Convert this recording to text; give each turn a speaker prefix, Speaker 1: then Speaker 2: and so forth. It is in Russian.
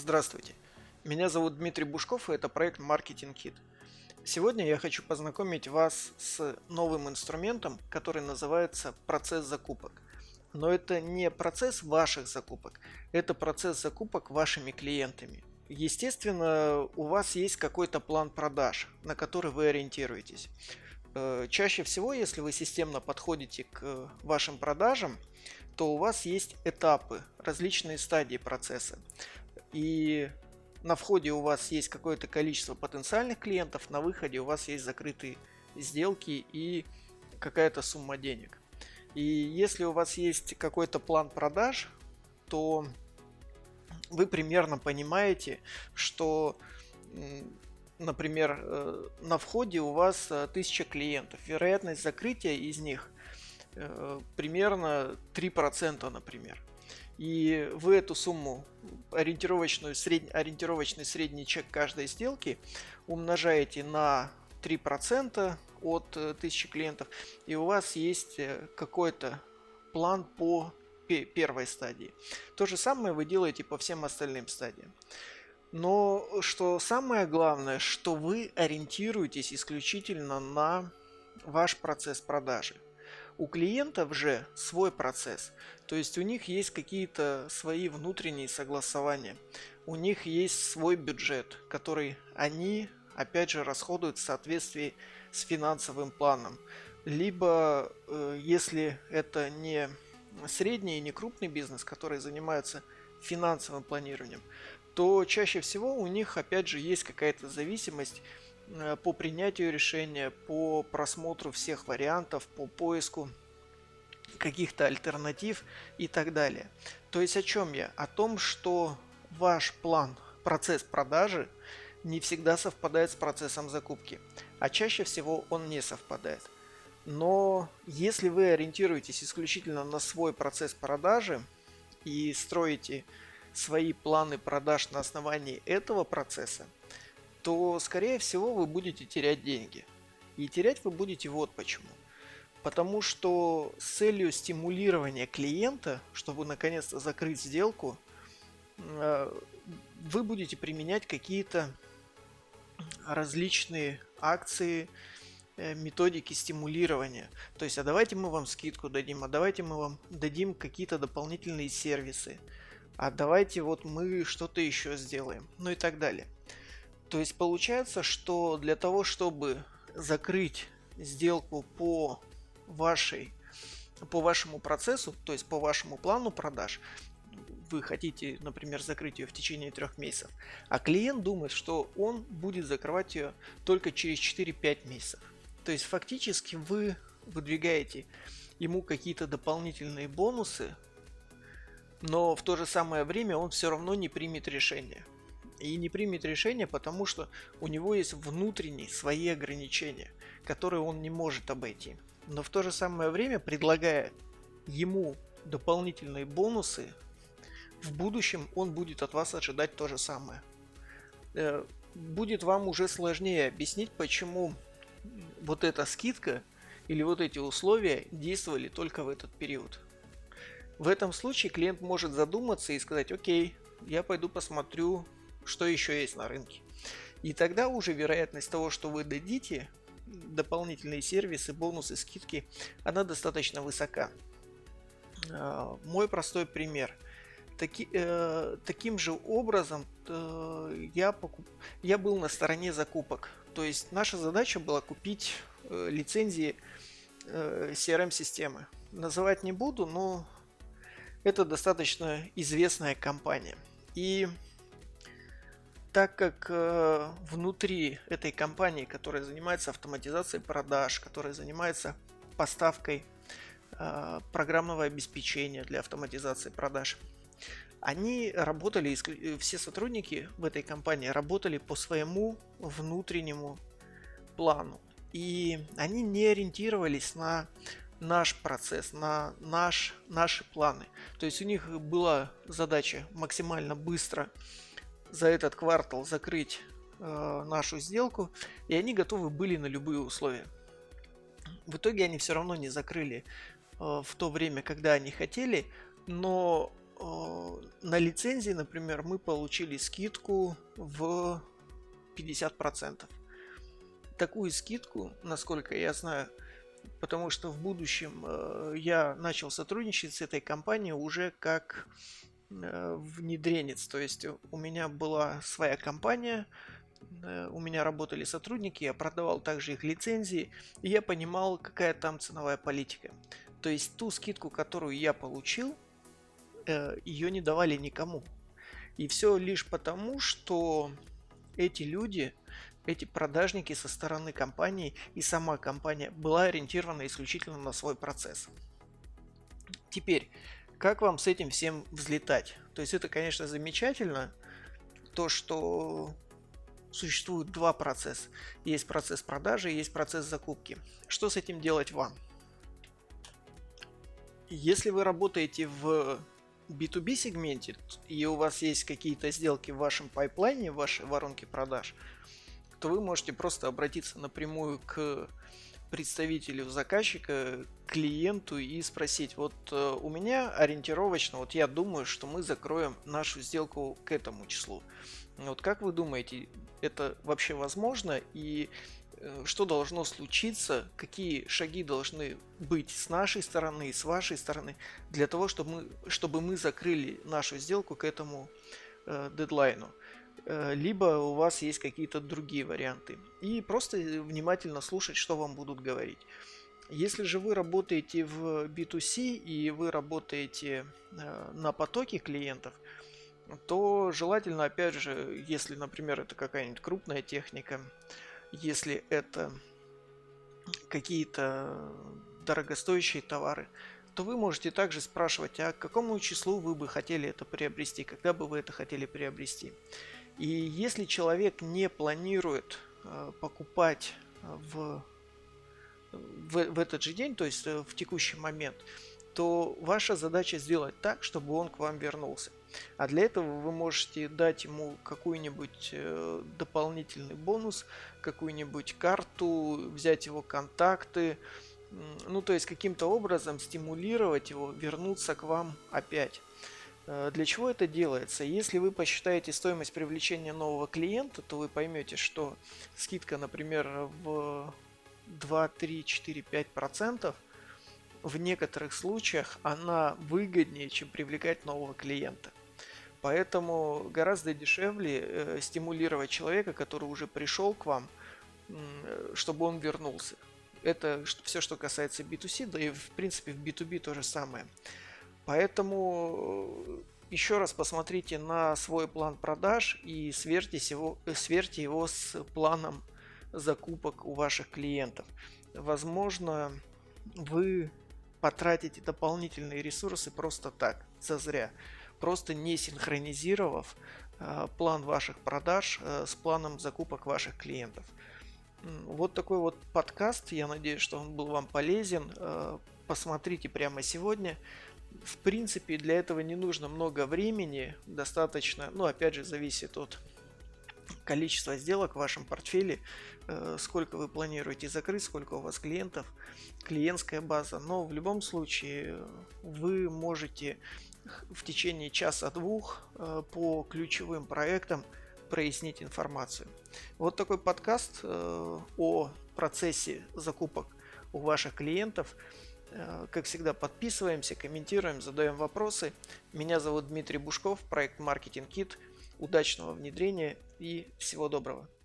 Speaker 1: Здравствуйте, меня зовут Дмитрий Бушков, и это проект Marketing Kit. Сегодня я хочу познакомить вас с новым инструментом, который называется процесс закупок. Но это не процесс ваших закупок, это процесс закупок вашими клиентами. Естественно, у вас есть какой-то план продаж, на который вы ориентируетесь. Чаще всего, если вы системно подходите к вашим продажам, то у вас есть этапы, различные стадии процесса. И на входе у вас есть какое-то количество потенциальных клиентов, на выходе у вас есть закрытые сделки и какая-то сумма денег. И если у вас есть какой-то план продаж, то вы примерно понимаете, что, например, на входе у вас 1000 клиентов. Вероятность закрытия из них примерно 3%, например. И вы эту сумму, ориентировочный средний чек каждой сделки, умножаете на 3% от 1000 клиентов, и у вас есть какой-то план по первой стадии. То же самое вы делаете по всем остальным стадиям. Но что самое главное, что вы ориентируетесь исключительно на ваш процесс продажи. У клиентов же свой процесс, то есть у них есть какие-то свои внутренние согласования, у них есть свой бюджет, который они, опять же, расходуют в соответствии с финансовым планом. Либо, если это не средний и не крупный бизнес, который занимается финансовым планированием, то чаще всего у них, опять же, есть какая-то зависимость по принятию решения, по просмотру всех вариантов, по поиску каких-то альтернатив и так далее. То есть о чем я? О том, что ваш план, процесс продажи не всегда совпадает с процессом закупки, а чаще всего он не совпадает. Но если вы ориентируетесь исключительно на свой процесс продажи и строите свои планы продаж на основании этого процесса, то, скорее всего, вы будете терять деньги. И терять вы будете вот почему. Потому что с целью стимулирования клиента, чтобы наконец-то закрыть сделку, вы будете применять какие-то различные акции, методики стимулирования. То есть, а давайте мы вам скидку дадим, а давайте мы вам дадим какие-то дополнительные сервисы, а давайте вот мы что-то еще сделаем, ну и так далее. То есть получается, что для того, чтобы закрыть сделку по вашему процессу, то есть по вашему плану продаж, вы хотите, например, закрыть ее в течение 3 месяцев, а клиент думает, что он будет закрывать ее только через 4-5 месяцев. То есть фактически вы выдвигаете ему какие-то дополнительные бонусы, но в то же самое время он все равно не примет решение. И не примет решение, потому что у него есть внутренние свои ограничения, которые он не может обойти. Но в то же самое время, предлагая ему дополнительные бонусы, в будущем он будет от вас ожидать то же самое. Будет вам уже сложнее объяснить, почему вот эта скидка или вот эти условия действовали только в этот период. В этом случае клиент может задуматься и сказать: окей, я пойду посмотрю, что еще есть на рынке. И тогда уже вероятность того, что вы дадите дополнительные сервисы, бонусы, скидки, она достаточно высока. Мой простой пример. Таким же образом я был на стороне закупок. То есть наша задача была купить лицензии CRM-системы. Называть не буду, но это достаточно известная компания. И так как внутри этой компании, которая занимается автоматизацией продаж, которая занимается поставкой программного обеспечения для автоматизации продаж, они работали, все сотрудники в этой компании работали по своему внутреннему плану. И они не ориентировались на наш процесс, на наши планы. То есть у них была задача максимально быстро за этот квартал закрыть нашу сделку, и они готовы были на любые условия. В итоге они все равно не закрыли в то время, когда они хотели, но на лицензии, например, мы получили скидку в 50%. Такую скидку, насколько я знаю, потому что в будущем я начал сотрудничать с этой компанией уже как внедренец. То есть у меня была своя компания, у меня работали сотрудники, я продавал также их лицензии, и я понимал, какая там ценовая политика. То есть ту скидку, которую я получил, ее не давали никому. И все лишь потому, что эти люди, эти продажники со стороны компании и сама компания была ориентирована исключительно на свой процесс. Теперь, как вам с этим всем взлетать? То есть это, конечно, замечательно, то, что существует два процесса. Есть процесс продажи, есть процесс закупки. Что с этим делать вам? Если вы работаете в B2B сегменте и у вас есть какие-то сделки в вашем пайплайне, в вашей воронке продаж, то вы можете просто обратиться напрямую к представителю заказчика, клиенту и спросить: вот у меня ориентировочно, вот я думаю, что мы закроем нашу сделку к этому числу. Вот как вы думаете, это вообще возможно, и что должно случиться, какие шаги должны быть с нашей стороны и с вашей стороны для того, чтобы мы закрыли нашу сделку к этому дедлайну? Либо у вас есть какие-то другие варианты. И просто внимательно слушать, что вам будут говорить. Если же вы работаете в B2C и вы работаете на потоке клиентов, то желательно, опять же, если, например, это какая-нибудь крупная техника, если это какие-то дорогостоящие товары, то вы можете также спрашивать, а к какому числу вы бы хотели это приобрести, когда бы вы это хотели приобрести. И если человек не планирует покупать в этот же день, то есть в текущий момент, то ваша задача сделать так, чтобы он к вам вернулся. А для этого вы можете дать ему какой-нибудь дополнительный бонус, какую-нибудь карту, взять его контакты, ну то есть каким-то образом стимулировать его вернуться к вам опять. Для чего это делается? Если вы посчитаете стоимость привлечения нового клиента, то вы поймете, что скидка, например, в 2, 3, 4, 5%, в некоторых случаях она выгоднее, чем привлекать нового клиента. Поэтому гораздо дешевле стимулировать человека, который уже пришел к вам, чтобы он вернулся. Это все, что касается B2C, да и в принципе в B2B то же самое. Поэтому еще раз посмотрите на свой план продаж и сверьте его с планом закупок у ваших клиентов. Возможно, вы потратите дополнительные ресурсы просто так, зазря, просто не синхронизировав план ваших продаж с планом закупок ваших клиентов. Вот такой вот подкаст, я надеюсь, что он был вам полезен. Посмотрите прямо сегодня. В принципе, для этого не нужно много времени, достаточно, опять же, зависит от количества сделок в вашем портфеле, сколько вы планируете закрыть, сколько у вас клиентов, клиентская база. Но в любом случае вы можете в течение часа-двух по ключевым проектам прояснить информацию. Вот такой подкаст о процессе закупок у ваших клиентов. Как всегда, подписываемся, комментируем, задаем вопросы. Меня зовут Дмитрий Бушков, проект Marketing Kit. Удачного внедрения и всего доброго.